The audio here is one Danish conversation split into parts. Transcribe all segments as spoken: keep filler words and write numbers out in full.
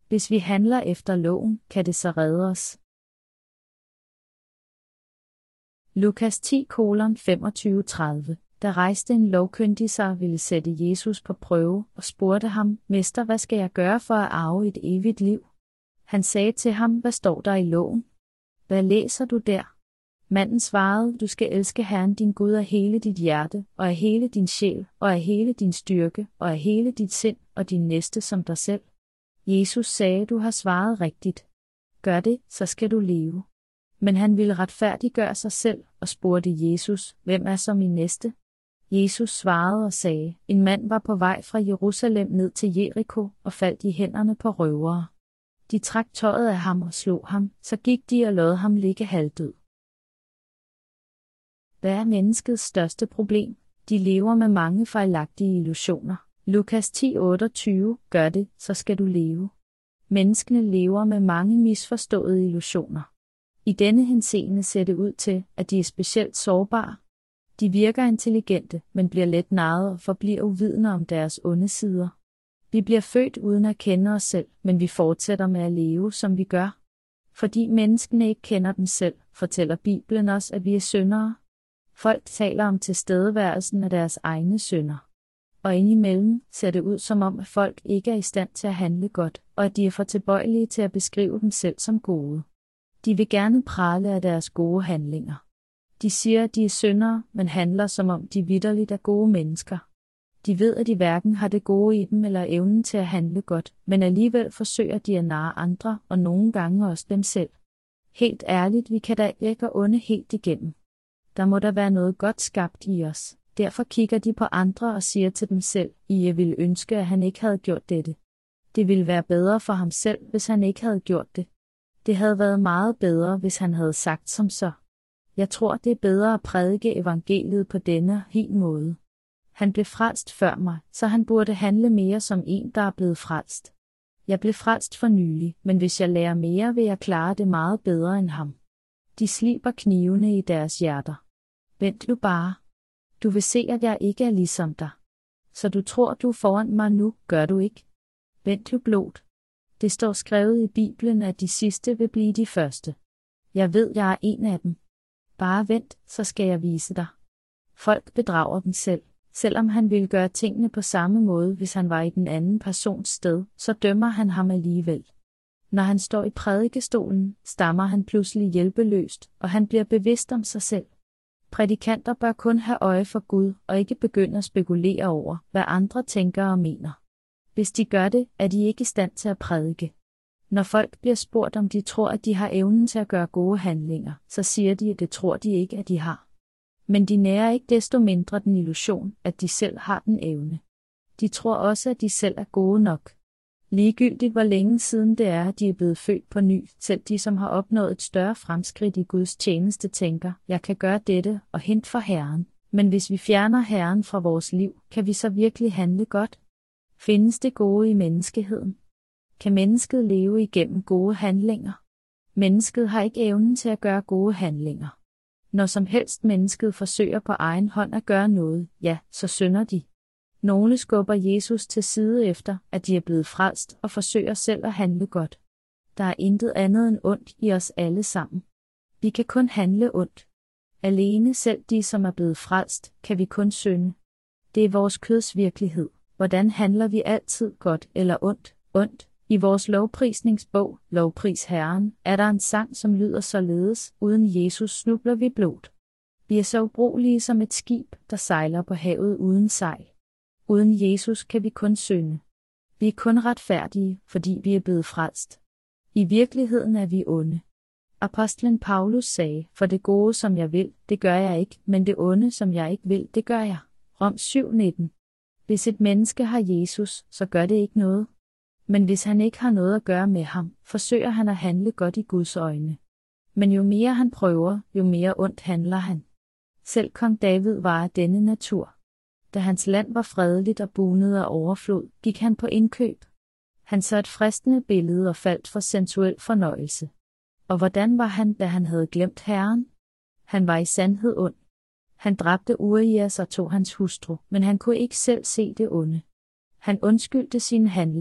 Hvis vi handler efter loven, kan det så redde os. Lukas ti femogtyve til tredive. Der rejste en lovkyndig sig og ville sætte Jesus på prøve, og spurgte ham, Mester, hvad skal jeg gøre for at arve et evigt liv? Han sagde til ham, hvad står der i loven? Hvad læser du der? Manden svarede, du skal elske Herren din Gud af hele dit hjerte, og af hele din sjæl, og af hele din styrke, og af hele dit sind, og din næste som dig selv. Jesus sagde, du har svaret rigtigt. Gør det, så skal du leve. Men han ville retfærdiggøre sig selv, og spurgte Jesus, hvem er så min næste? Jesus svarede og sagde, en mand var på vej fra Jerusalem ned til Jeriko, og faldt i hænderne på røvere. De trak tøjet af ham og slog ham, så gik de og lod ham ligge halvdød. Hvad er menneskets største problem? De lever med mange fejlagtige illusioner. Lukas ti otteogtyve, gør det, så skal du leve. Menneskene lever med mange misforståede illusioner. I denne henseende ser det ud til, at de er specielt sårbare. De virker intelligente, men bliver let narret og forbliver uvidende om deres onde sider. Vi bliver født uden at kende os selv, men vi fortsætter med at leve, som vi gør. Fordi menneskene ikke kender dem selv, fortæller Bibelen os, at vi er syndere. Folk taler om tilstedeværelsen af deres egne synder. Og indimellem ser det ud som om, at folk ikke er i stand til at handle godt, og at de er for tilbøjelige til at beskrive dem selv som gode. De vil gerne prale af deres gode handlinger. De siger, at de er syndere, men handler som om de vitterligt er gode mennesker. De ved, at de hverken har det gode i dem eller evnen til at handle godt, men alligevel forsøger de at narre andre, og nogle gange også dem selv. Helt ærligt, vi kan da ikke onde helt igennem. Der må der være noget godt skabt i os. Derfor kigger de på andre og siger til dem selv, I ville ønske, at han ikke havde gjort dette. Det ville være bedre for ham selv, hvis han ikke havde gjort det. Det havde været meget bedre, hvis han havde sagt som så. Jeg tror, det er bedre at prædike evangeliet på denne hin måde. Han blev frelst før mig, så han burde handle mere som en, der er blevet frelst. Jeg blev frelst for nylig, men hvis jeg lærer mere, vil jeg klare det meget bedre end ham. De sliber knivene i deres hjerter. Vent nu bare. Du vil se, at jeg ikke er ligesom dig. Så du tror, du er foran mig nu, gør du ikke? Vent nu blot. Det står skrevet i Bibelen, at de sidste vil blive de første. Jeg ved, jeg er en af dem. Bare vent, så skal jeg vise dig. Folk bedrager dem selv. Selvom han ville gøre tingene på samme måde, hvis han var i den anden persons sted, så dømmer han ham alligevel. Når han står i prædikestolen, stammer han pludselig hjælpeløst, og han bliver bevidst om sig selv. Prædikanter bør kun have øje for Gud, og ikke begynde at spekulere over, hvad andre tænker og mener. Hvis de gør det, er de ikke i stand til at prædike. Når folk bliver spurgt, om de tror, at de har evnen til at gøre gode handlinger, så siger de, at det tror de ikke, at de har. Men de nærer ikke desto mindre den illusion, at de selv har den evne. De tror også, at de selv er gode nok. Ligegyldigt hvor længe siden det er, at de er blevet født på ny, selv de som har opnået et større fremskridt i Guds tjeneste tænker, jeg kan gøre dette og hente for Herren. Men hvis vi fjerner Herren fra vores liv, kan vi så virkelig handle godt? Findes det gode i menneskeheden? Kan mennesket leve igennem gode handlinger? Mennesket har ikke evnen til at gøre gode handlinger. Når som helst mennesket forsøger på egen hånd at gøre noget, ja, så synder de. Nogle skubber Jesus til side efter, at de er blevet frelst og forsøger selv at handle godt. Der er intet andet end ondt i os alle sammen. Vi kan kun handle ondt. Alene selv de, som er blevet frelst, kan vi kun synde. Det er vores køds virkelighed. Hvordan handler vi altid godt eller ondt? Ondt. I vores lovprisningsbog, Lovpris Herren, er der en sang, som lyder således, uden Jesus snubler vi blot. Vi er så ubrugelige som et skib, der sejler på havet uden sejl. Uden Jesus kan vi kun synde. Vi er kun retfærdige, fordi vi er blevet frelst. I virkeligheden er vi onde. Apostlen Paulus sagde, for det gode som jeg vil, det gør jeg ikke, men det onde som jeg ikke vil, det gør jeg. Rom syv nitten. Hvis et menneske har Jesus, så gør det ikke noget. Men hvis han ikke har noget at gøre med ham, forsøger han at handle godt i Guds øjne. Men jo mere han prøver, jo mere ondt handler han. Selv kong David var af denne natur. Da hans land var fredeligt og bugnede af overflod, gik han på indkøb. Han så et fristende billede og faldt for sensuel fornøjelse. Og hvordan var han, da han havde glemt Herren? Han var i sandhed ond. Han dræbte Urias og tog hans hustru, men han kunne ikke selv se det onde. Han undskyldte sine handlinger.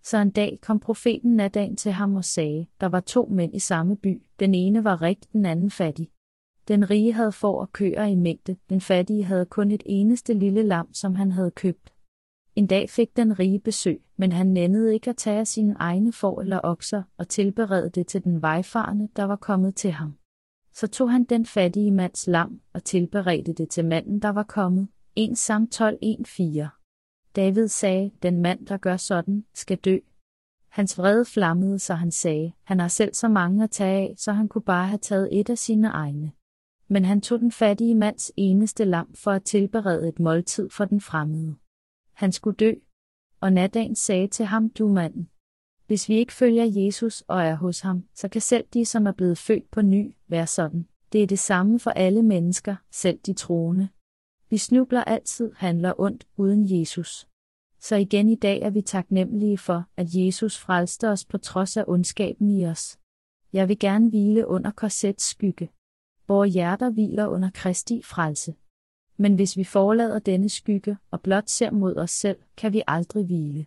Så en dag kom profeten Natan til ham og sagde, der var to mænd i samme by, den ene var rig, den anden fattig. Den rige havde får og køer i mængde, den fattige havde kun et eneste lille lam, som han havde købt. En dag fik den rige besøg, men han nænnede ikke at tage af sine egne får eller okser og tilberede det til den vejfarende, der var kommet til ham. Så tog han den fattige mands lam og tilberedte det til manden, der var kommet, en samt tolv en fire. David sagde, den mand, der gør sådan, skal dø. Hans vrede flammede, så han sagde, han har selv så mange at tage af, så han kunne bare have taget et af sine egne. Men han tog den fattige mands eneste lam for at tilberede et måltid for den fremmede. Han skulle dø. Og Natan sagde til ham, du manden, hvis vi ikke følger Jesus og er hos ham, så kan selv de, som er blevet født på ny, være sådan. Det er det samme for alle mennesker, selv de troende. Vi snubler altid, handler ondt uden Jesus. Så igen i dag er vi taknemmelige for, at Jesus frelste os på trods af ondskaben i os. Jeg vil gerne hvile under korsets skygge. Vore hjerter hviler under Kristi frelse. Men hvis vi forlader denne skygge og blot ser mod os selv, kan vi aldrig hvile.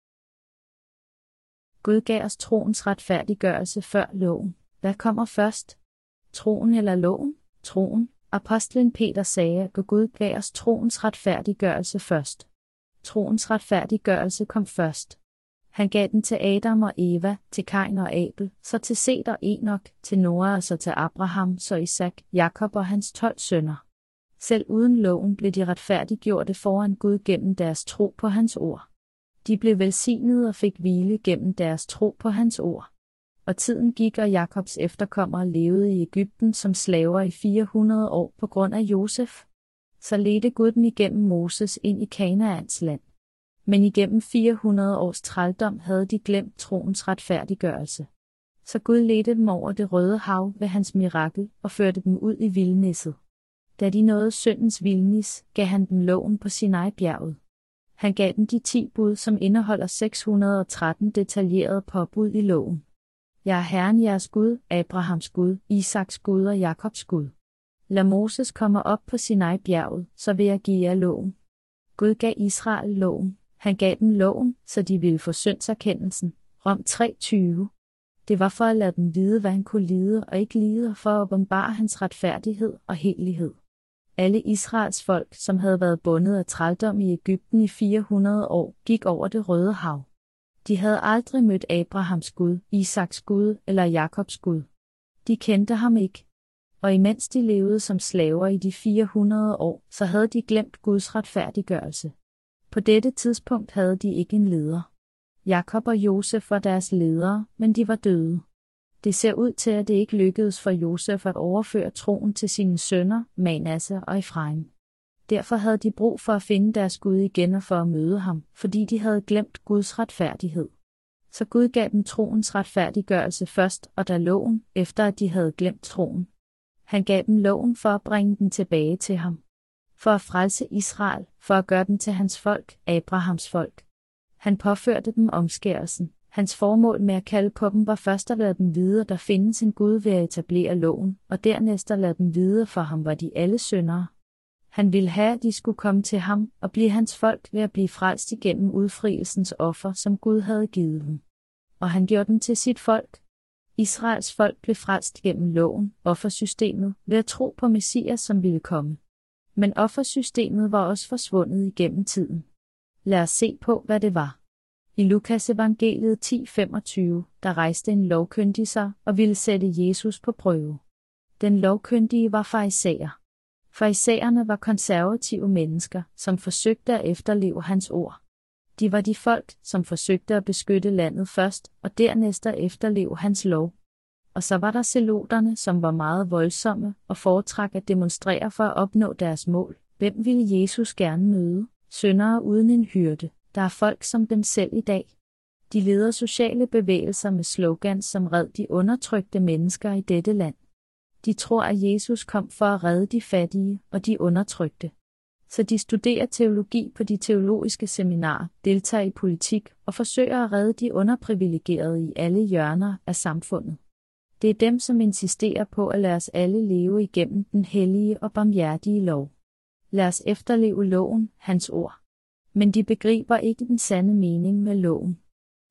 Gud gav os troens retfærdiggørelse før loven. Hvad kommer først? Troen eller loven? Troen. Apostlen Peter sagde, at Gud gav os troens retfærdiggørelse først. Troens retfærdiggørelse kom først. Han gav den til Adam og Eva, til Kain og Abel, så til Set og Enok, til Noah og så til Abraham, så Isak, Jakob og hans tolv sønner. Selv uden loven blev de retfærdiggjorte foran Gud gennem deres tro på hans ord. De blev velsignede og fik hvile gennem deres tro på hans ord. Og tiden gik, og Jakobs efterkommere levede i Egypten som slaver i fire hundrede år på grund af Josef. Så ledte Gud dem igennem Moses ind i Kanaans land. Men igennem fire hundrede års trældom havde de glemt troens retfærdiggørelse. Så Gud ledte dem over det røde hav ved hans mirakel og førte dem ud i vildnisset. Da de nåede syndens vildnis, gav han dem loven på Sinai-bjerget. Han gav dem de ti bud, som indeholder seks hundrede og tretten detaljerede påbud i loven. Jeg er Herren jeres Gud, Abrahams Gud, Isaks Gud og Jakobs Gud. Lad Moses komme op på Sinai-bjerget, så vil jeg give jer loven. Gud gav Israel loven. Han gav dem loven, så de ville få syndserkendelsen. Rom tre tyve. Det var for at lade dem vide, hvad han kunne lide og ikke lide, og for at åbenbare hans retfærdighed og hellighed. Alle Israels folk, som havde været bundet af trældom i Egypten i fire hundrede år, gik over det røde hav. De havde aldrig mødt Abrahams Gud, Isaks Gud eller Jakobs Gud. De kendte ham ikke. Og imens de levede som slaver i de fire hundrede år, så havde de glemt Guds retfærdiggørelse. På dette tidspunkt havde de ikke en leder. Jakob og Josef var deres ledere, men de var døde. Det ser ud til, at det ikke lykkedes for Josef at overføre troen til sine sønner, Manasse og Efraim. Derfor havde de brug for at finde deres Gud igen og for at møde ham, fordi de havde glemt Guds retfærdighed. Så Gud gav dem troens retfærdiggørelse først, og da loven, efter at de havde glemt troen. Han gav dem loven for at bringe dem tilbage til ham. For at frelse Israel, for at gøre dem til hans folk, Abrahams folk. Han påførte dem omskærelsen. Hans formål med at kalde på dem var først at lade dem vide, at der findes en Gud ved at etablere loven, og dernæst at lade dem vide, for ham var de alle syndere. Han ville have, at de skulle komme til ham og blive hans folk ved at blive frelst igennem udfrielsens offer, som Gud havde givet dem. Og han gjorde dem til sit folk. Israels folk blev frelst gennem loven, offersystemet, ved at tro på Messias, som ville komme. Men offersystemet var også forsvundet igennem tiden. Lad os se på, hvad det var. I Lukas evangeliet ti femogtyve, der rejste en lovkyndig sig og ville sætte Jesus på prøve. Den lovkyndige var farisæer. Farisæerne var konservative mennesker, som forsøgte at efterleve hans ord. De var de folk, som forsøgte at beskytte landet først, og dernæst at efterleve hans lov. Og så var der zeloterne, som var meget voldsomme og foretrak at demonstrere for at opnå deres mål. Hvem ville Jesus gerne møde? Syndere uden en hyrde. Der er folk som dem selv i dag. De leder sociale bevægelser med slogans som red de undertrykte mennesker i dette land. De tror, at Jesus kom for at redde de fattige og de undertrykte. Så de studerer teologi på de teologiske seminarer, deltager i politik og forsøger at redde de underprivilegerede i alle hjørner af samfundet. Det er dem, som insisterer på at lade os alle leve igennem den hellige og barmhjertige lov. Lad os efterleve loven, hans ord. Men de begriber ikke den sande mening med loven.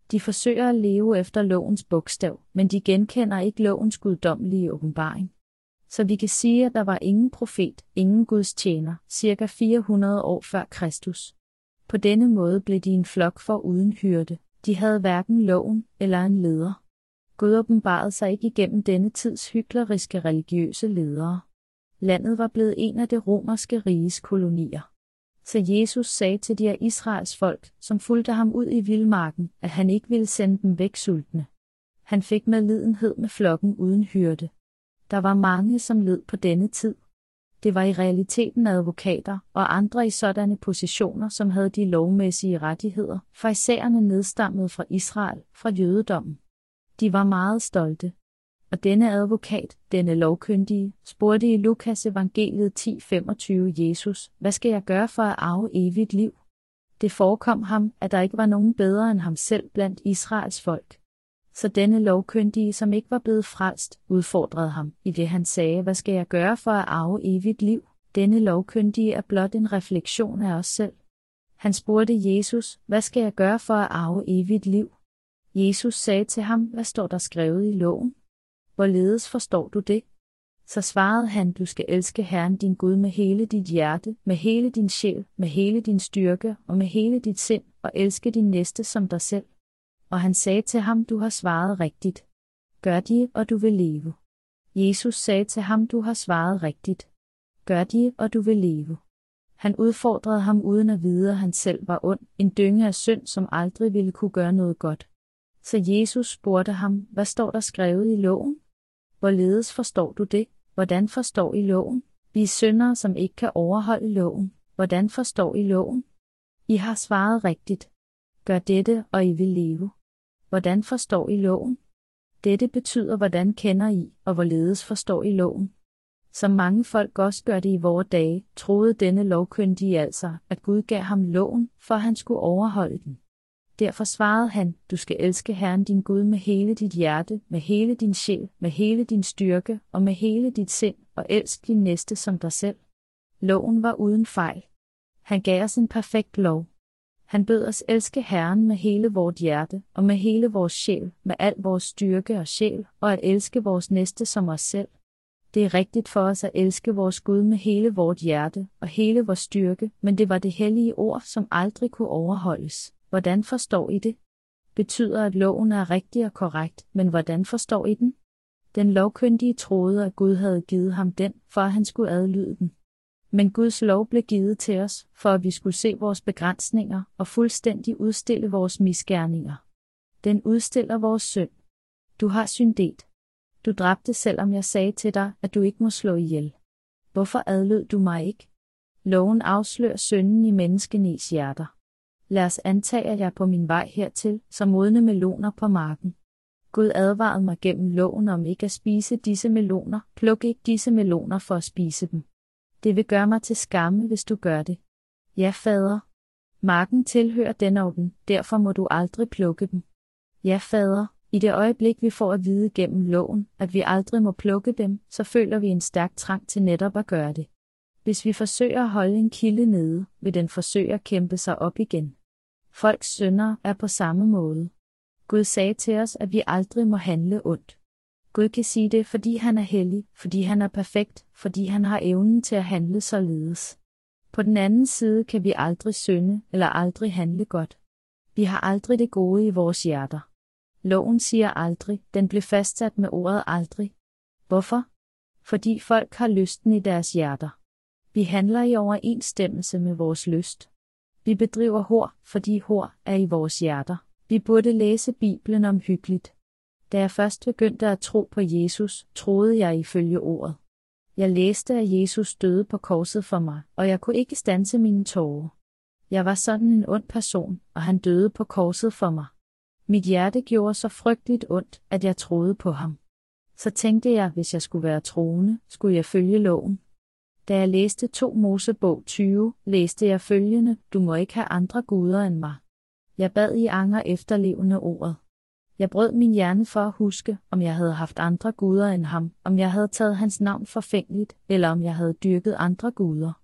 De forsøger at leve efter lovens bogstav, men de genkender ikke lovens guddommelige åbenbaring. Så vi kan sige, at der var ingen profet, ingen Guds tjener, cirka fire hundrede år før Kristus. På denne måde blev de en flok for uden hyrde. De havde hverken loven eller en leder. Gud åbenbarede sig ikke igennem denne tids hykleriske religiøse ledere. Landet var blevet en af det romerske riges kolonier. Så Jesus sagde til de af Israels folk, som fulgte ham ud i vildmarken, at han ikke ville sende dem væk sultne. Han fik medlidenhed med flokken uden hyrde. Der var mange, som led på denne tid. Det var i realiteten advokater og andre i sådanne positioner, som havde de lovmæssige rettigheder. Farisæerne nedstammede fra Israel, fra jødedommen. De var meget stolte. Og denne advokat, denne lovkyndige, spurgte i Lukas evangeliet ti femogtyve Jesus, hvad skal jeg gøre for at arve evigt liv? Det forekom ham, at der ikke var nogen bedre end ham selv blandt Israels folk. Så denne lovkyndige, som ikke var blevet frelst, udfordrede ham, i det han sagde, hvad skal jeg gøre for at arve evigt liv? Denne lovkyndige er blot en refleksion af os selv. Han spurgte Jesus, hvad skal jeg gøre for at arve evigt liv? Jesus sagde til ham, hvad står der skrevet i loven? Hvorledes forstår du det? Så svarede han, du skal elske Herren din Gud med hele dit hjerte, med hele din sjæl, med hele din styrke og med hele dit sind, og elske din næste som dig selv. Og han sagde til ham, du har svaret rigtigt. Gør de, og du vil leve. Jesus sagde til ham, du har svaret rigtigt. Gør de, og du vil leve. Han udfordrede ham uden at vide, at han selv var ond, en dynge af synd, som aldrig ville kunne gøre noget godt. Så Jesus spurgte ham, hvad står der skrevet i loven? Hvorledes forstår du det? Hvordan forstår I loven? Vi er syndere, som ikke kan overholde loven. Hvordan forstår I loven? I har svaret rigtigt. Gør dette, og I vil leve. Hvordan forstår I loven? Dette betyder, hvordan kender I, og hvorledes forstår I loven? Som mange folk også gør det i vore dage, troede denne lovkyndige altså, at Gud gav ham loven, for han skulle overholde den. Derfor svarede han, du skal elske Herren din Gud med hele dit hjerte, med hele din sjæl, med hele din styrke og med hele dit sind, og elsk din næste som dig selv. Loven var uden fejl. Han gav os en perfekt lov. Han bød os elske Herren med hele vort hjerte, og med hele vores sjæl, med al vores styrke og sjæl, og at elske vores næste som os selv. Det er rigtigt for os at elske vores Gud med hele vort hjerte og hele vores styrke, men det var det hellige ord, som aldrig kunne overholdes. Hvordan forstår I det? Betyder, at loven er rigtig og korrekt, men hvordan forstår I den? Den lovkyndige troede, at Gud havde givet ham den, for at han skulle adlyde den. Men Guds lov blev givet til os, for at vi skulle se vores begrænsninger og fuldstændig udstille vores misgerninger. Den udstiller vores synd. Du har syndet. Du dræbte, selvom jeg sagde til dig, at du ikke må slå ihjel. Hvorfor adlød du mig ikke? Loven afslører synden i menneskenes hjerter. Lad os antage, at jeg er på min vej hertil, som modne meloner på marken. Gud advarede mig gennem loven om ikke at spise disse meloner. Pluk ikke disse meloner for at spise dem. Det vil gøre mig til skamme, hvis du gør det. Ja, fader. Marken tilhører den og den, derfor må du aldrig plukke dem. Ja, fader. I det øjeblik vi får at vide gennem loven, at vi aldrig må plukke dem, så føler vi en stærk trang til netop at gøre det. Hvis vi forsøger at holde en kilde nede, vil den forsøge at kæmpe sig op igen. Folks synder er på samme måde. Gud sagde til os, at vi aldrig må handle ondt. Gud kan sige det, fordi han er hellig, fordi han er perfekt, fordi han har evnen til at handle således. På den anden side kan vi aldrig synde eller aldrig handle godt. Vi har aldrig det gode i vores hjerter. Loven siger aldrig, den blev fastsat med ordet aldrig. Hvorfor? Fordi folk har lysten i deres hjerter. Vi handler i overensstemmelse med vores lyst. Vi bedriver hor, fordi hor er i vores hjerter. Vi burde læse Bibelen omhyggeligt. Da jeg først begyndte at tro på Jesus, troede jeg ifølge ordet. Jeg læste, at Jesus døde på korset for mig, og jeg kunne ikke standse mine tårer. Jeg var sådan en ond person, og han døde på korset for mig. Mit hjerte gjorde så frygteligt ondt, at jeg troede på ham. Så tænkte jeg, hvis jeg skulle være troende, skulle jeg følge loven. Da jeg læste to Mosebog tyve, læste jeg følgende, du må ikke have andre guder end mig. Jeg bad i anger efterlevende ordet. Jeg brød min hjerne for at huske, om jeg havde haft andre guder end ham, om jeg havde taget hans navn forfængeligt, eller om jeg havde dyrket andre guder.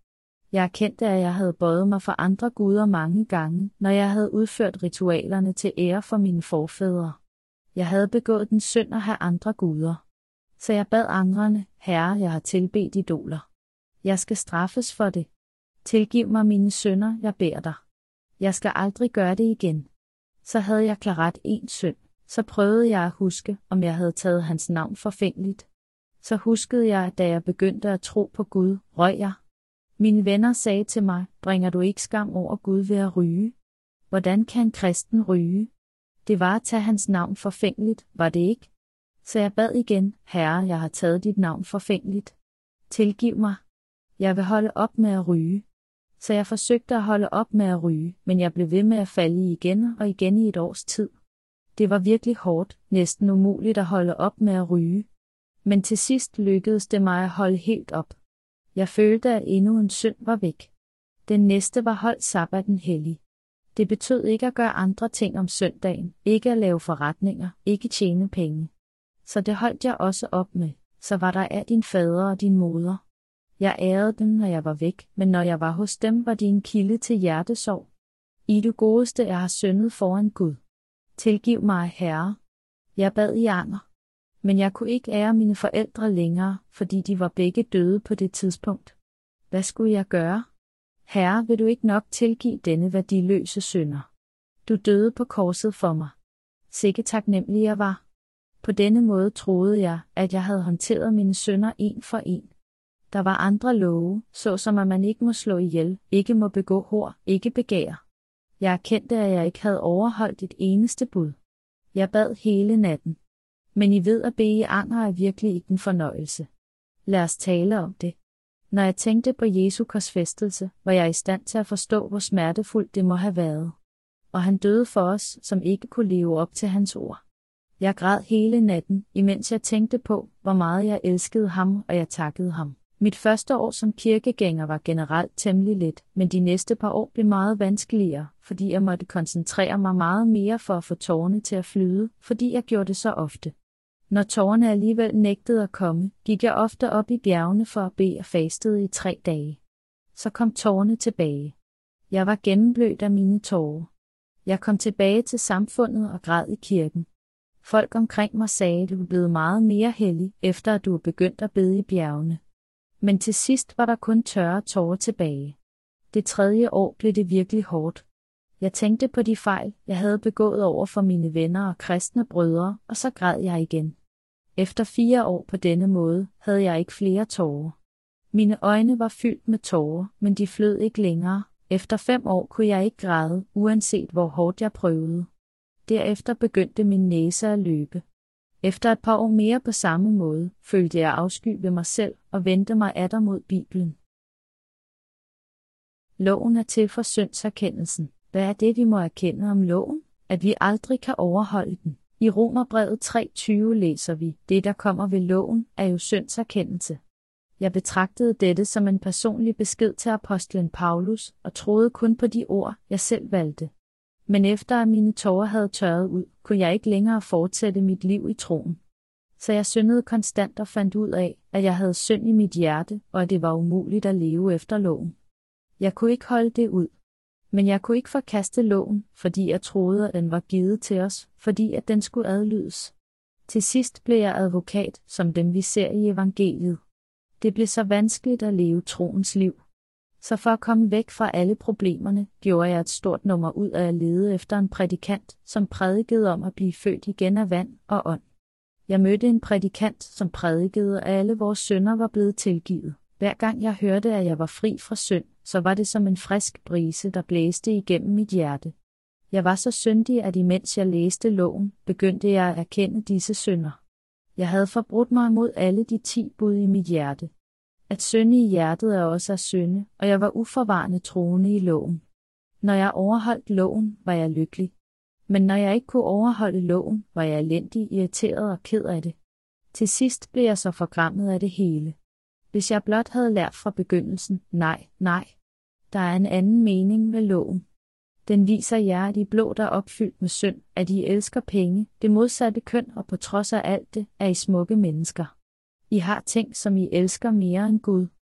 Jeg erkendte, at jeg havde bøjet mig for andre guder mange gange, når jeg havde udført ritualerne til ære for mine forfædre. Jeg havde begået den synd at have andre guder. Så jeg bad angrende, Herre, jeg har tilbedt idoler. Jeg skal straffes for det. Tilgiv mig mine synder, jeg beder dig. Jeg skal aldrig gøre det igen. Så havde jeg klaret en synd. Så prøvede jeg at huske, om jeg havde taget hans navn forfængeligt. Så huskede jeg, at da jeg begyndte at tro på Gud, røg jeg. Mine venner sagde til mig, bringer du ikke skam over Gud ved at ryge? Hvordan kan en kristen ryge? Det var at tage hans navn forfængeligt, var det ikke? Så jeg bad igen, Herre, jeg har taget dit navn forfængeligt. Tilgiv mig. Jeg vil holde op med at ryge. Så jeg forsøgte at holde op med at ryge, men jeg blev ved med at falde i igen og igen i et års tid. Det var virkelig hårdt, næsten umuligt at holde op med at ryge. Men til sidst lykkedes det mig at holde helt op. Jeg følte, at endnu en synd var væk. Den næste var holdt sabbaten hellig. Det betød ikke at gøre andre ting om søndagen, ikke at lave forretninger, ikke tjene penge. Så det holdt jeg også op med. Så var der af din fader og din moder. Jeg ærede dem, når jeg var væk, men når jeg var hos dem, var de en kilde til hjertesorg. I det godeste, jeg har syndet foran Gud. Tilgiv mig, Herre. Jeg bad i anger. Men jeg kunne ikke ære mine forældre længere, fordi de var begge døde på det tidspunkt. Hvad skulle jeg gøre? Herre, vil du ikke nok tilgive denne værdiløse synder? Du døde på korset for mig. Sikke taknemmelig jeg var. På denne måde troede jeg, at jeg havde håndteret mine synder en for en. Der var andre love, såsom at man ikke må slå ihjel, ikke må begå hor, ikke begære. Jeg erkendte, at jeg ikke havde overholdt et eneste bud. Jeg bad hele natten. Men I ved, at bede i anger er virkelig ikke en fornøjelse. Lad os tale om det. Når jeg tænkte på Jesu korsfæstelse, var jeg i stand til at forstå, hvor smertefuldt det må have været. Og han døde for os, som ikke kunne leve op til hans ord. Jeg græd hele natten, imens jeg tænkte på, hvor meget jeg elskede ham, og jeg takkede ham. Mit første år som kirkegænger var generelt temmelig let, men de næste par år blev meget vanskeligere, fordi jeg måtte koncentrere mig meget mere for at få tårerne til at flyde, fordi jeg gjorde det så ofte. Når tårerne alligevel nægtede at komme, gik jeg ofte op i bjergene for at bede og fastede i tre dage. Så kom tårerne tilbage. Jeg var gennemblødt af mine tårer. Jeg kom tilbage til samfundet og græd i kirken. Folk omkring mig sagde, at du er blevet meget mere hellig, efter at du er begyndt at bede i bjergene. Men til sidst var der kun tørre tårer tilbage. Det tredje år blev det virkelig hårdt. Jeg tænkte på de fejl, jeg havde begået over for mine venner og kristne brødre, og så græd jeg igen. Efter fire år på denne måde, havde jeg ikke flere tårer. Mine øjne var fyldt med tårer, men de flød ikke længere. Efter fem år kunne jeg ikke græde, uanset hvor hårdt jeg prøvede. Derefter begyndte min næse at løbe. Efter et par år mere på samme måde, følte jeg afsky ved mig selv og vendte mig atter mod Bibelen. Loven er til for syndserkendelsen. Hvad er det, vi må erkende om loven? At vi aldrig kan overholde den. I Romerbrevet tre tyve læser vi, det der kommer ved loven, er jo syndserkendelse. Jeg betragtede dette som en personlig besked til apostlen Paulus, og troede kun på de ord, jeg selv valgte. Men efter at mine tårer havde tørret ud, kunne jeg ikke længere fortsætte mit liv i troen. Så jeg syndede konstant og fandt ud af, at jeg havde synd i mit hjerte, og at det var umuligt at leve efter loven. Jeg kunne ikke holde det ud. Men jeg kunne ikke forkaste loven, fordi jeg troede, at den var givet til os, fordi at den skulle adlydes. Til sidst blev jeg advokat, som dem vi ser i evangeliet. Det blev så vanskeligt at leve troens liv. Så for at komme væk fra alle problemerne, gjorde jeg et stort nummer ud af at lede efter en prædikant, som prædikede om at blive født igen af vand og ånd. Jeg mødte en prædikant, som prædikede, at alle vores synder var blevet tilgivet. Hver gang jeg hørte, at jeg var fri fra synd, så var det som en frisk brise, der blæste igennem mit hjerte. Jeg var så syndig, at imens jeg læste loven, begyndte jeg at erkende disse synder. Jeg havde forbrudt mig mod alle de ti bud i mit hjerte. At synde i hjertet er også at synde, og jeg var uforvarende troende i loven. Når jeg overholdt loven, var jeg lykkelig. Men når jeg ikke kunne overholde loven, var jeg elendig, irriteret og ked af det. Til sidst blev jeg så forgrammet af det hele. Hvis jeg blot havde lært fra begyndelsen, nej, nej. Der er en anden mening med loven. Den viser jer, at I blot er opfyldt med synd, at I elsker penge, det modsatte køn, og på trods af alt det, er I smukke mennesker. I har ting, som I elsker mere end Gud.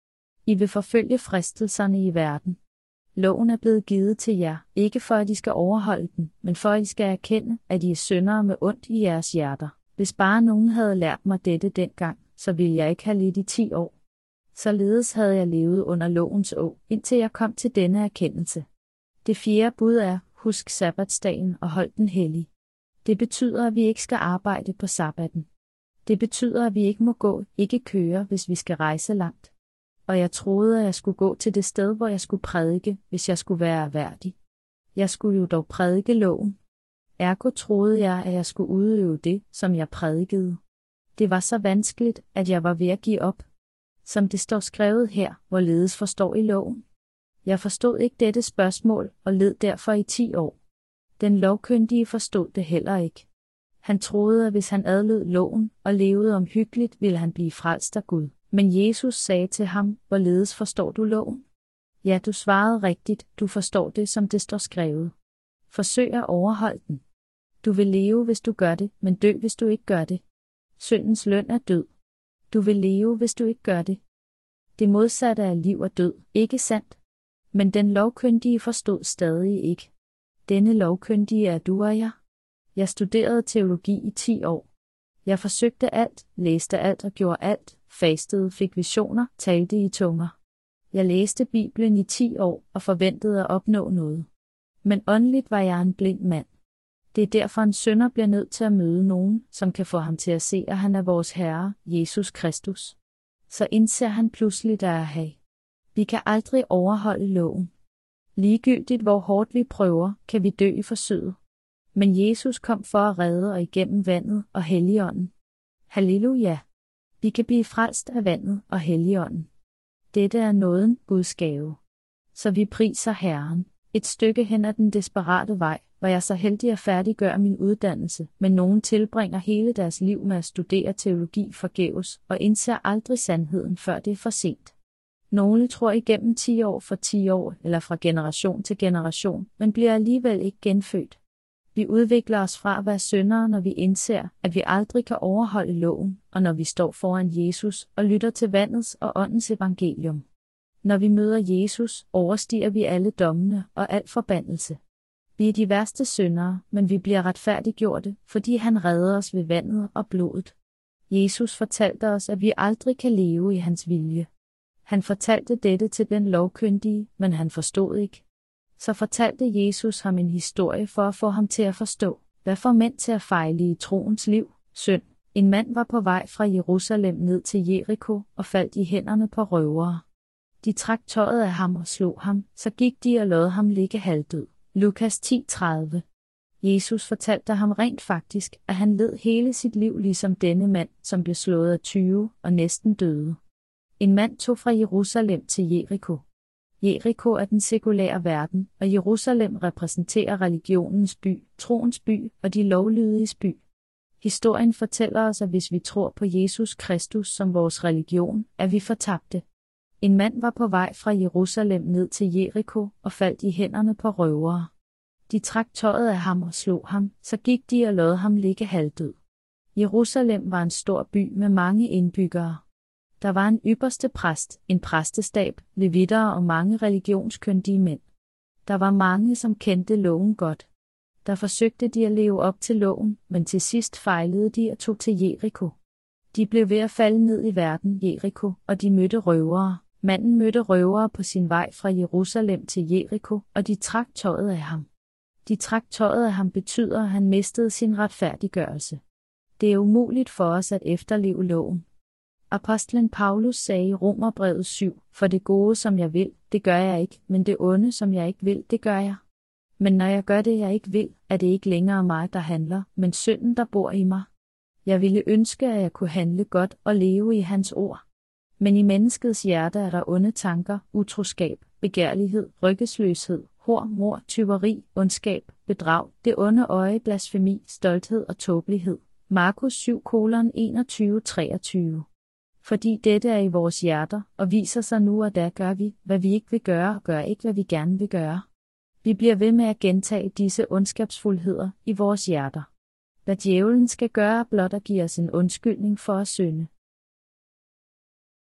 I vil forfølge fristelserne i verden. Loven er blevet givet til jer, ikke for at I skal overholde den, men for at I skal erkende, at I er syndere med ondt i jeres hjerter. Hvis bare nogen havde lært mig dette dengang, så ville jeg ikke have lidt i ti år. Således havde jeg levet under lovens åg, indtil jeg kom til denne erkendelse. Det fjerde bud er, husk sabbatsdagen og hold den hellig. Det betyder, at vi ikke skal arbejde på sabbaten. Det betyder, at vi ikke må gå, ikke køre, hvis vi skal rejse langt. Og jeg troede, at jeg skulle gå til det sted, hvor jeg skulle prædike, hvis jeg skulle være værdig. Jeg skulle jo dog prædike loven. Ergo troede jeg, at jeg skulle udøve det, som jeg prædikede. Det var så vanskeligt, at jeg var ved at give op. Som det står skrevet her, hvorledes forstår I loven? Jeg forstod ikke dette spørgsmål, og led derfor i ti år. Den lovkyndige forstod det heller ikke. Han troede, at hvis han adlød loven og levede omhyggeligt, ville han blive frelst af Gud. Men Jesus sagde til ham, hvorledes forstår du loven? Ja, du svarede rigtigt, du forstår det, som det står skrevet. Forsøg at overholde den. Du vil leve, hvis du gør det, men dø, hvis du ikke gør det. Syndens løn er død. Du vil leve, hvis du ikke gør det. Det modsatte af liv og død, ikke sandt? Men den lovkyndige forstod stadig ikke. Denne lovkyndige er du og jeg. Jeg studerede teologi i ti år. Jeg forsøgte alt, læste alt og gjorde alt, fastede, fik visioner, talte i tunger. Jeg læste Bibelen i ti år og forventede at opnå noget. Men åndeligt var jeg en blind mand. Det er derfor en synder bliver nødt til at møde nogen, som kan få ham til at se, at han er vores Herre, Jesus Kristus. Så indser han pludselig, der er have. Vi kan aldrig overholde loven. Ligegyldigt hvor hårdt vi prøver, kan vi dø i forsøget. Men Jesus kom for at redde og igennem vandet og Helligånden. Halleluja! Vi kan blive frelst af vandet og Helligånden. Dette er nåden, Guds gave. Så vi priser Herren. Et stykke hen ad den desperate vej, var jeg så heldig at færdiggøre min uddannelse, men nogen tilbringer hele deres liv med at studere teologi forgæves og indser aldrig sandheden, før det er for sent. Nogle tror igennem ti år for ti år eller fra generation til generation, men bliver alligevel ikke genfødt. Vi udvikler os fra at være syndere, når vi indser, at vi aldrig kan overholde loven, og når vi står foran Jesus og lytter til vandets og åndens evangelium. Når vi møder Jesus, overstiger vi alle dommene og al forbandelse. Vi er de værste syndere, men vi bliver retfærdiggjorte, fordi han redder os ved vandet og blodet. Jesus fortalte os, at vi aldrig kan leve i hans vilje. Han fortalte dette til den lovkyndige, men han forstod ikke. Så fortalte Jesus ham en historie for at få ham til at forstå, hvad får mænd til at fejle i troens liv, synd. En mand var på vej fra Jerusalem ned til Jeriko og faldt i hænderne på røvere. De trak tøjet af ham og slog ham, så gik de og lod ham ligge halvdød. Lukas ti tredive. Jesus fortalte ham rent faktisk, at han led hele sit liv ligesom denne mand, som blev slået af tyve og næsten døde. En mand tog fra Jerusalem til Jeriko. Jeriko er den sekulære verden, og Jerusalem repræsenterer religionens by, troens by og de lovlydiges by. Historien fortæller os, at hvis vi tror på Jesus Kristus som vores religion, er vi fortabte. En mand var på vej fra Jerusalem ned til Jeriko og faldt i hænderne på røvere. De trak tøjet af ham og slog ham, så gik de og lod ham ligge halvdød. Jerusalem var en stor by med mange indbyggere. Der var en ypperste præst, en præstestab, levitter og mange religionskyndige mænd. Der var mange, som kendte loven godt. Der forsøgte de at leve op til loven, men til sidst fejlede de og tog til Jeriko. De blev ved at falde ned i verden, Jeriko, og de mødte røvere. Manden mødte røvere på sin vej fra Jerusalem til Jeriko, og de trak tøjet af ham. De trak tøjet af ham betyder, at han mistede sin retfærdiggørelse. Det er umuligt for os at efterleve loven. Apostlen Paulus sagde i Romerbrevet syv, for det gode, som jeg vil, det gør jeg ikke, men det onde, som jeg ikke vil, det gør jeg. Men når jeg gør det, jeg ikke vil, er det ikke længere mig, der handler, men synden, der bor i mig. Jeg ville ønske, at jeg kunne handle godt og leve i hans ord. Men i menneskets hjerte er der onde tanker, utroskab, begærlighed, ryggesløshed, hor, mord, tyveri, ondskab, bedrag, det onde øje, blasfemi, stolthed og tåbelighed. Markus syv enogtyve til treogtyve. Fordi dette er i vores hjerter, og viser sig nu, og der gør vi, hvad vi ikke vil gøre, og gør ikke, hvad vi gerne vil gøre. Vi bliver ved med at gentage disse ondskabsfuldheder i vores hjerter. Hvad djævelen skal gøre, blot at give os en undskyldning for at synde.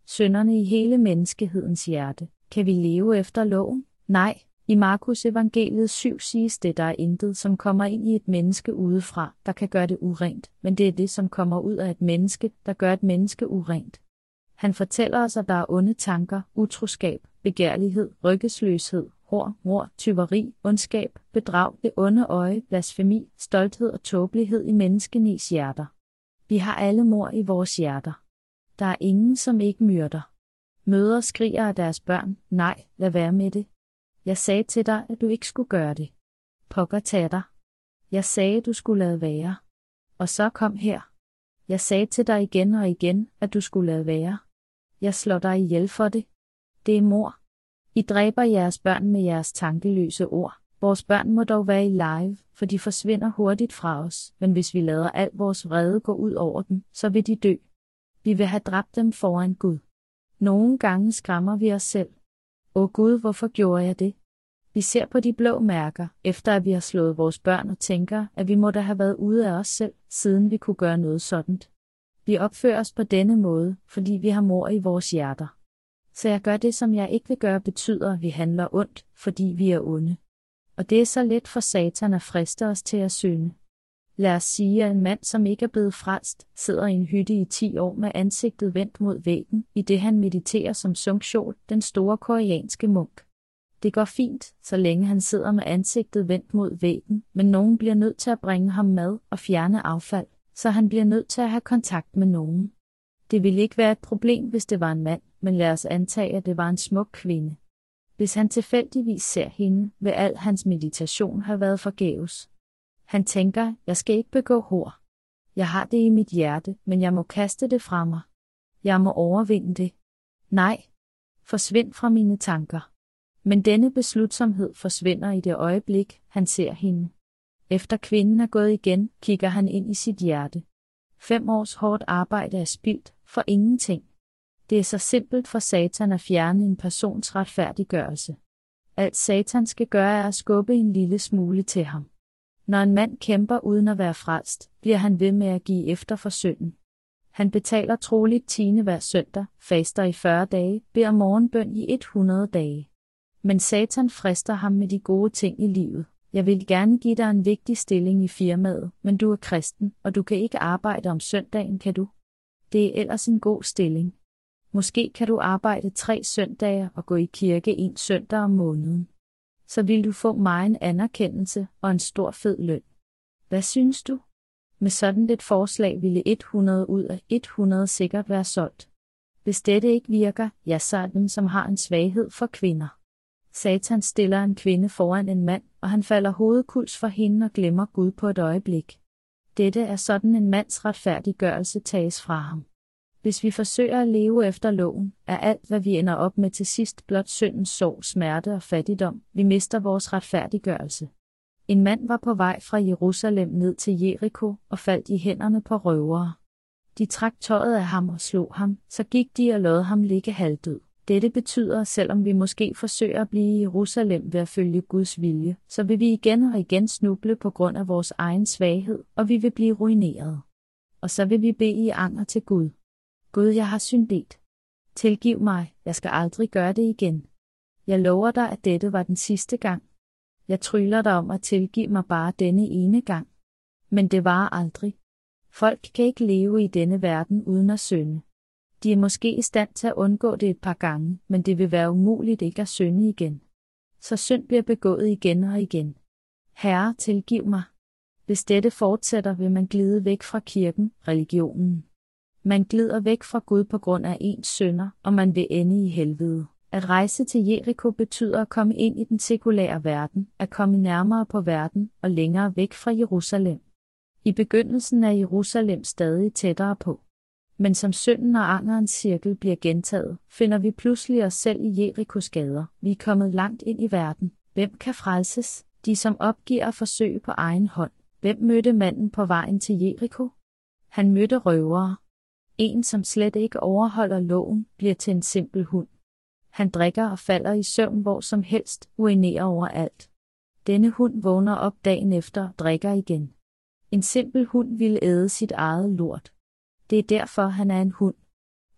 synderne i hele menneskehedens hjerte. Kan vi leve efter loven? Nej. I Markus evangeliet syv siges det, der er intet, som kommer ind i et menneske udefra, der kan gøre det urent, men det er det, som kommer ud af et menneske, der gør et menneske urent. Han fortæller os, at der er onde tanker, utroskab, begærlighed, ryggesløshed, hor, mord, tyveri, ondskab, bedrag, det onde øje, blasfemi, stolthed og tåbelighed i menneskenes hjerter. Vi har alle mord i vores hjerter. Der er ingen, som ikke myrder. Mødre skriger af deres børn, nej, lad være med det. Jeg sagde til dig, at du ikke skulle gøre det. Pokker tag dig. Jeg sagde, du skulle lade være. Og så kom her. Jeg sagde til dig igen og igen, at du skulle lade være. Jeg slår dig ihjel for det. Det er mord. I dræber jeres børn med jeres tankeløse ord. Vores børn må dog være i live, for de forsvinder hurtigt fra os, men hvis vi lader al vores vrede gå ud over dem, så vil de dø. Vi vil have dræbt dem foran Gud. Nogle gange skræmmer vi os selv. Åh Gud, hvorfor gjorde jeg det? Vi ser på de blå mærker, efter at vi har slået vores børn og tænker, at vi må da have været ude af os selv, siden vi kunne gøre noget sådant. Vi opfører os på denne måde, fordi vi har mord i vores hjerter. Så jeg gør det, som jeg ikke vil gøre, betyder, at vi handler ondt, fordi vi er onde. Og det er så let for Satan at friste os til at synde. Lad os sige, at en mand, som ikke er blevet frelst, sidder i en hytte i ti år med ansigtet vendt mod væggen, i det han mediterer som Sung Chol, den store koreanske munk. Det går fint, så længe han sidder med ansigtet vendt mod væggen, men nogen bliver nødt til at bringe ham mad og fjerne affald, så han bliver nødt til at have kontakt med nogen. Det ville ikke være et problem, hvis det var en mand, men lad os antage, at det var en smuk kvinde. Hvis han tilfældigvis ser hende, vil al hans meditation have været forgæves. Han tænker, jeg skal ikke begå hor. Jeg har det i mit hjerte, men jeg må kaste det fra mig. Jeg må overvinde det. Nej. Forsvind fra mine tanker. Men denne beslutsomhed forsvinder i det øjeblik, han ser hende. Efter kvinden er gået igen, kigger han ind i sit hjerte. Fem års hårdt arbejde er spildt, for ingenting. Det er så simpelt for Satan at fjerne en persons retfærdiggørelse. Alt Satan skal gøre er at skubbe en lille smule til ham. Når en mand kæmper uden at være frelst, bliver han ved med at give efter for synden. Han betaler troligt tiende hver søndag, faster i fyrre dage, beder morgenbøn i hundrede dage. Men Satan frister ham med de gode ting i livet. Jeg vil gerne give dig en vigtig stilling i firmaet, men du er kristen, og du kan ikke arbejde om søndagen, kan du? Det er ellers en god stilling. Måske kan du arbejde tre søndage og gå i kirke en søndag om måneden. Så vil du få mig en anerkendelse og en stor fed løn. Hvad synes du? Med sådan et forslag ville hundrede ud af hundrede sikkert være solgt. Hvis dette ikke virker, ja, så er dem, som har en svaghed for kvinder. Satan stiller en kvinde foran en mand, og han falder hovedkuls for hende og glemmer Gud på et øjeblik. Dette er sådan en mands retfærdiggørelse tages fra ham. Hvis vi forsøger at leve efter loven, er alt, hvad vi ender op med til sidst blot syndens sorg, smerte og fattigdom. Vi mister vores retfærdiggørelse. En mand var på vej fra Jerusalem ned til Jeriko og faldt i hænderne på røvere. De trak tøjet af ham og slog ham, så gik de og lod ham ligge halvdød. Dette betyder, selvom vi måske forsøger at blive i Jerusalem ved at følge Guds vilje, så vil vi igen og igen snuble på grund af vores egen svaghed, og vi vil blive ruineret. Og så vil vi bede i anger til Gud. Gud, jeg har syndet. Tilgiv mig, jeg skal aldrig gøre det igen. Jeg lover dig, at dette var den sidste gang. Jeg tryller dig om at tilgive mig bare denne ene gang. Men det varer aldrig. Folk kan ikke leve i denne verden uden at synde. De er måske i stand til at undgå det et par gange, men det vil være umuligt ikke at synde igen. Så synd bliver begået igen og igen. Herre, tilgiv mig. Hvis dette fortsætter, vil man glide væk fra kirken, religionen. Man glider væk fra Gud på grund af ens synder, og man vil ende i helvede. At rejse til Jeriko betyder at komme ind i den sekulære verden, at komme nærmere på verden og længere væk fra Jerusalem. I begyndelsen er Jerusalem stadig tættere på. Men som synden og angerens cirkel bliver gentaget, finder vi pludselig os selv i Jerikos gader. Vi er kommet langt ind i verden. Hvem kan frelses? De, som opgiver at forsøge på egen hånd. Hvem mødte manden på vejen til Jeriko? Han mødte røvere. En, som slet ikke overholder loven, bliver til en simpel hund. Han drikker og falder i søvn hvor som helst, urinerer overalt. Denne hund vågner op dagen efter og drikker igen. En simpel hund ville æde sit eget lort. Det er derfor, han er en hund.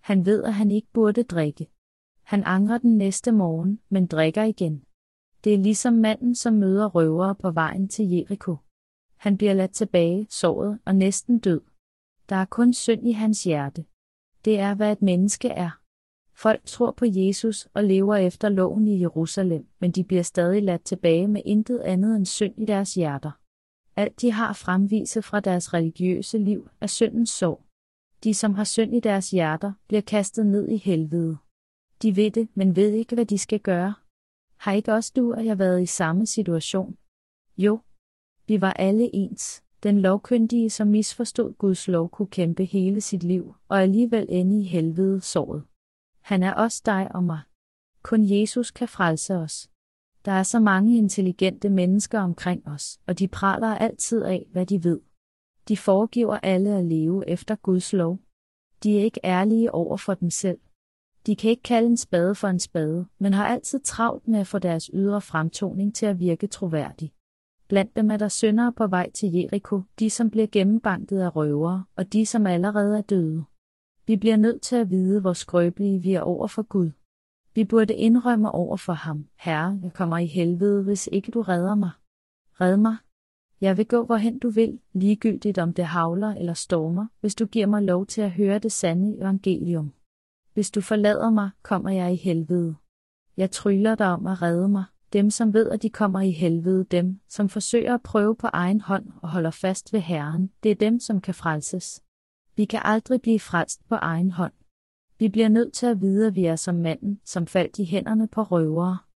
Han ved, at han ikke burde drikke. Han angrer den næste morgen, men drikker igen. Det er ligesom manden, som møder røvere på vejen til Jeriko. Han bliver ladt tilbage, såret og næsten død. Der er kun synd i hans hjerte. Det er, hvad et menneske er. Folk tror på Jesus og lever efter loven i Jerusalem, men de bliver stadig ladt tilbage med intet andet end synd i deres hjerter. Alt de har fremvise fra deres religiøse liv er syndens sår. De, som har synd i deres hjerter, bliver kastet ned i helvede. De ved det, men ved ikke, hvad de skal gøre. Har ikke også du og jeg været i samme situation? Jo. Vi var alle ens. Den lovkyndige, som misforstod Guds lov, kunne kæmpe hele sit liv, og alligevel ende i helvede såret. Han er også dig og mig. Kun Jesus kan frelse os. Der er så mange intelligente mennesker omkring os, og de praler altid af, hvad de ved. De foregiver alle at leve efter Guds lov. De er ikke ærlige over for dem selv. De kan ikke kalde en spade for en spade, men har altid travlt med at få deres ydre fremtoning til at virke troværdig. Blandt dem er der syndere på vej til Jeriko, de som bliver gennembanket af røvere, og de som allerede er døde. Vi bliver nødt til at vide, hvor skrøbelige vi er over for Gud. Vi burde indrømme over for ham: Herre, jeg kommer i helvede, hvis ikke du redder mig. Red mig. Jeg vil gå, hvorhen du vil, ligegyldigt om det hagler eller stormer, hvis du giver mig lov til at høre det sande evangelium. Hvis du forlader mig, kommer jeg i helvede. Jeg tryller dig om at redde mig. Dem, som ved, at de kommer i helvede, dem, som forsøger at prøve på egen hånd og holder fast ved Herren, det er dem, som kan frelses. Vi kan aldrig blive frelst på egen hånd. Vi bliver nødt til at vide, at vi er som manden, som faldt i hænderne på røvere.